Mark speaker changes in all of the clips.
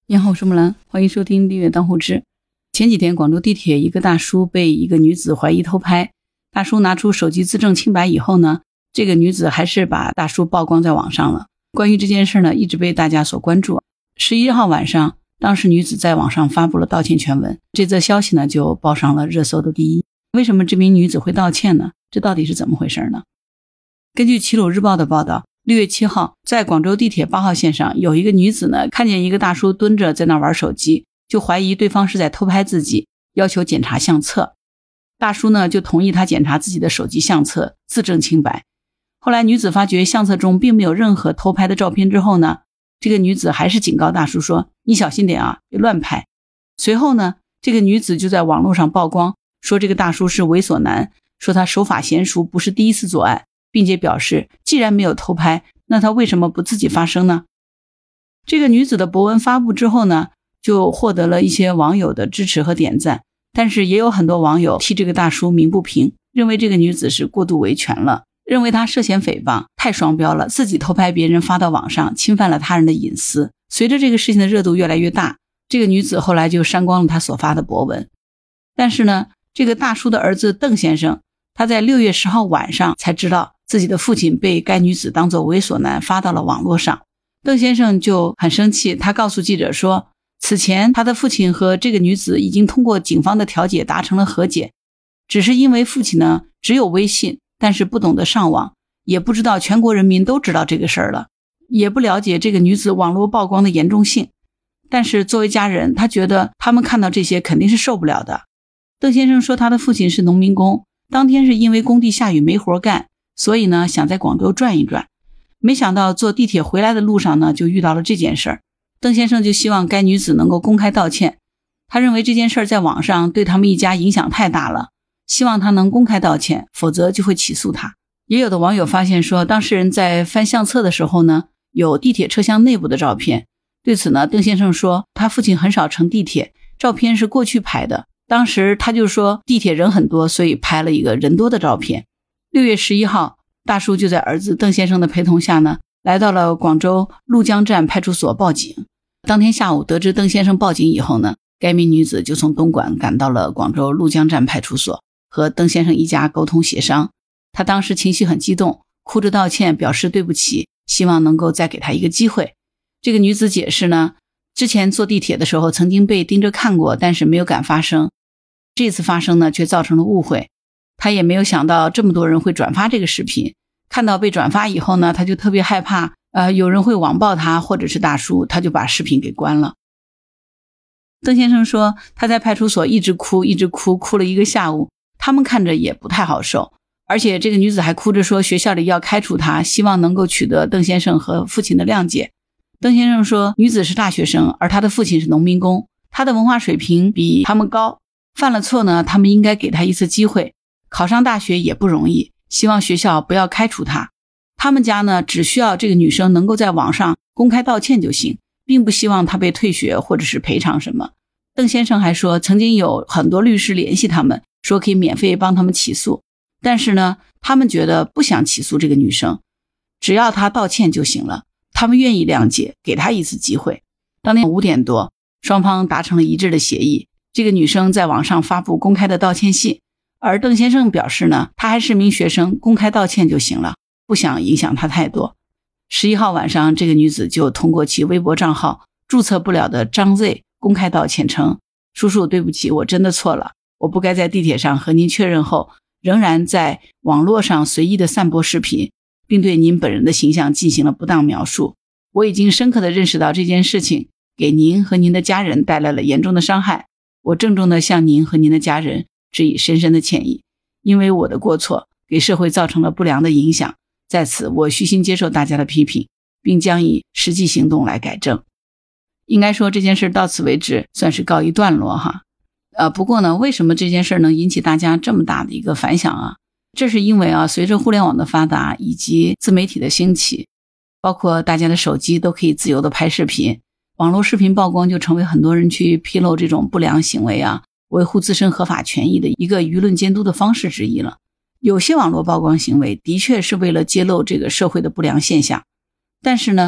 Speaker 1: 你好，我是木兰，欢迎收听订阅当户知。前几天广州地铁一个大叔被一个女子怀疑偷拍，大叔拿出手机自证清白以后呢，这个女子还是把大叔曝光在网上了。关于这件事呢，一直被大家所关注。11号晚上，当时女子在网上发布了道歉全文，这则消息呢就报上了热搜的第一。为什么这名女子会道歉呢？这到底是怎么回事呢？根据齐鲁日报的报道，6月7号，在广州地铁8号线上，有一个女子呢，看见一个大叔蹲着在那玩手机，就怀疑对方是在偷拍自己，要求检查相册。大叔呢，就同意他检查自己的手机相册，自证清白。后来女子发觉相册中并没有任何偷拍的照片之后呢，这个女子还是警告大叔说：“你小心点啊，别乱拍。”随后呢，这个女子就在网络上曝光，说这个大叔是猥琐男，说他手法娴熟，不是第一次作案，并且表示既然没有偷拍，那他为什么不自己发声呢？这个女子的博文发布之后呢，就获得了一些网友的支持和点赞，但是也有很多网友替这个大叔鸣不平，认为这个女子是过度维权了，认为她涉嫌诽谤，太双标了，自己偷拍别人发到网上，侵犯了他人的隐私。随着这个事情的热度越来越大，这个女子后来就删光了她所发的博文。但是呢，这个大叔的儿子邓先生，他在6月10号晚上才知道自己的父亲被该女子当作猥琐男发到了网络上。邓先生就很生气，他告诉记者说，此前他的父亲和这个女子已经通过警方的调解达成了和解，只是因为父亲呢只有微信，但是不懂得上网，也不知道全国人民都知道这个事儿了，也不了解这个女子网络曝光的严重性。但是作为家人，他觉得他们看到这些肯定是受不了的。邓先生说，他的父亲是农民工，当天是因为工地下雨没活干，所以呢想在广州转一转，没想到坐地铁回来的路上呢就遇到了这件事儿。邓先生就希望该女子能够公开道歉，他认为这件事儿在网上对他们一家影响太大了，希望他能公开道歉，否则就会起诉他。也有的网友发现说，当事人在翻相册的时候呢，有地铁车厢内部的照片。对此呢，邓先生说他父亲很少乘地铁，照片是过去拍的，当时他就说地铁人很多，所以拍了一个人多的照片。6月11号，大叔就在儿子邓先生的陪同下呢，来到了广州陆江站派出所报警。当天下午得知邓先生报警以后呢，该名女子就从东莞赶到了广州陆江站派出所，和邓先生一家沟通协商。她当时情绪很激动，哭着道歉，表示对不起，希望能够再给她一个机会。这个女子解释呢，之前坐地铁的时候曾经被盯着看过，但是没有敢发声，这次发生呢却造成了误会。他也没有想到这么多人会转发这个视频，看到被转发以后呢，他就特别害怕有人会网暴他或者是大叔，他就把视频给关了。邓先生说他在派出所一直哭哭了1个下午，他们看着也不太好受，而且这个女子还哭着说学校里要开除他，希望能够取得邓先生和父亲的谅解。邓先生说女子是大学生，而他的父亲是农民工，他的文化水平比他们高，犯了错呢，他们应该给他一次机会，考上大学也不容易，希望学校不要开除他。他们家呢，只需要这个女生能够在网上公开道歉就行，并不希望她被退学或者是赔偿什么。邓先生还说，曾经有很多律师联系他们，说可以免费帮他们起诉，但是呢，他们觉得不想起诉这个女生，只要她道歉就行了，他们愿意谅解，给她一次机会。当天5点多，双方达成了一致的协议，这个女生在网上发布公开的道歉信，而邓先生表示呢，他还是名学生，公开道歉就行了，不想影响他太多。11号晚上，这个女子就通过其微博账号注册不了的张 Z 公开道歉称，叔叔对不起，我真的错了，我不该在地铁上和您确认后，仍然在网络上随意的散播视频，并对您本人的形象进行了不当描述。我已经深刻地认识到这件事情给您和您的家人带来了严重的伤害，我郑重地向您和您的家人致以深深的歉意，因为我的过错给社会造成了不良的影响，在此我虚心接受大家的批评，并将以实际行动来改正。应该说这件事到此为止算是告一段落哈。不过呢，为什么这件事能引起大家这么大的一个反响啊？这是因为随着互联网的发达以及自媒体的兴起，包括大家的手机都可以自由的拍视频，网络视频曝光就成为很多人去披露这种不良行为维护自身合法权益的一个舆论监督的方式之一了。有些网络曝光行为的确是为了揭露这个社会的不良现象，但是呢，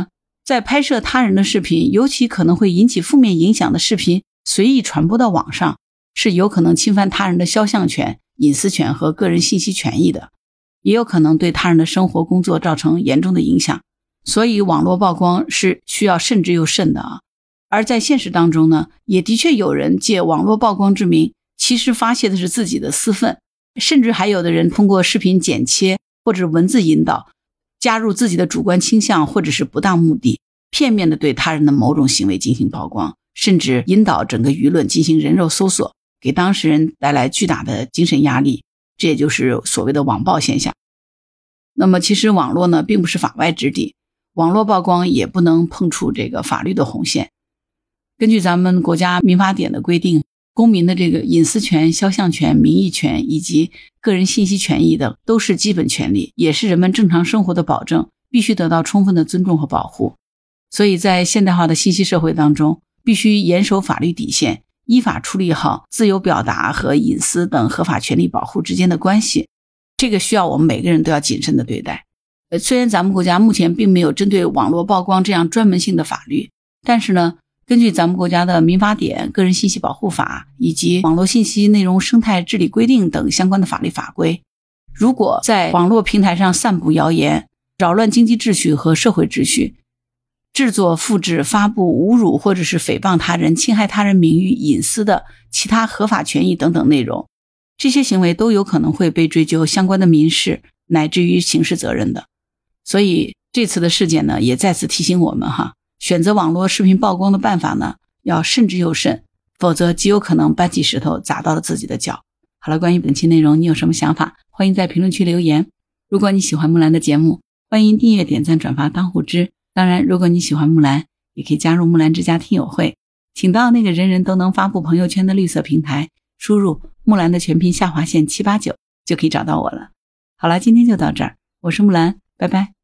Speaker 1: 在拍摄他人的视频，尤其可能会引起负面影响的视频随意传播到网上，是有可能侵犯他人的肖像权、隐私权和个人信息权益的，也有可能对他人的生活工作造成严重的影响。所以网络曝光是需要慎之又慎的啊。而在现实当中呢，也的确有人借网络曝光之名，其实发泄的是自己的私愤，甚至还有的人通过视频剪切或者文字引导，加入自己的主观倾向或者是不当目的，片面的对他人的某种行为进行曝光，甚至引导整个舆论进行人肉搜索，给当事人带来巨大的精神压力，这也就是所谓的网暴现象。那么其实网络呢并不是法外之地，网络曝光也不能碰触这个法律的红线。根据咱们国家民法典的规定，公民的这个隐私权、肖像权、名誉权以及个人信息权益等都是基本权利，也是人们正常生活的保证，必须得到充分的尊重和保护。所以在现代化的信息社会当中，必须严守法律底线，依法处理好自由表达和隐私等合法权利保护之间的关系，这个需要我们每个人都要谨慎的对待。虽然咱们国家目前并没有针对网络曝光这样专门性的法律，但是呢，根据咱们国家的民法典、个人信息保护法以及网络信息内容生态治理规定等相关的法律法规，如果在网络平台上散布谣言，扰乱经济秩序和社会秩序，制作、复制、发布侮辱或者是诽谤他人、侵害他人名誉、隐私的其他合法权益等等内容，这些行为都有可能会被追究相关的民事乃至于刑事责任的。所以这次的事件呢，也再次提醒我们选择网络视频曝光的办法呢，要慎之又慎，否则极有可能搬起石头砸到了自己的脚。好了，关于本期内容你有什么想法，欢迎在评论区留言。如果你喜欢木兰的节目，欢迎订阅、点赞、转发当护知。当然，如果你喜欢木兰，也可以加入木兰之家听友会，请到那个人人都能发布朋友圈的绿色平台，输入木兰的全拼下划线789就可以找到我了。好了，今天就到这儿，我是木兰，拜拜。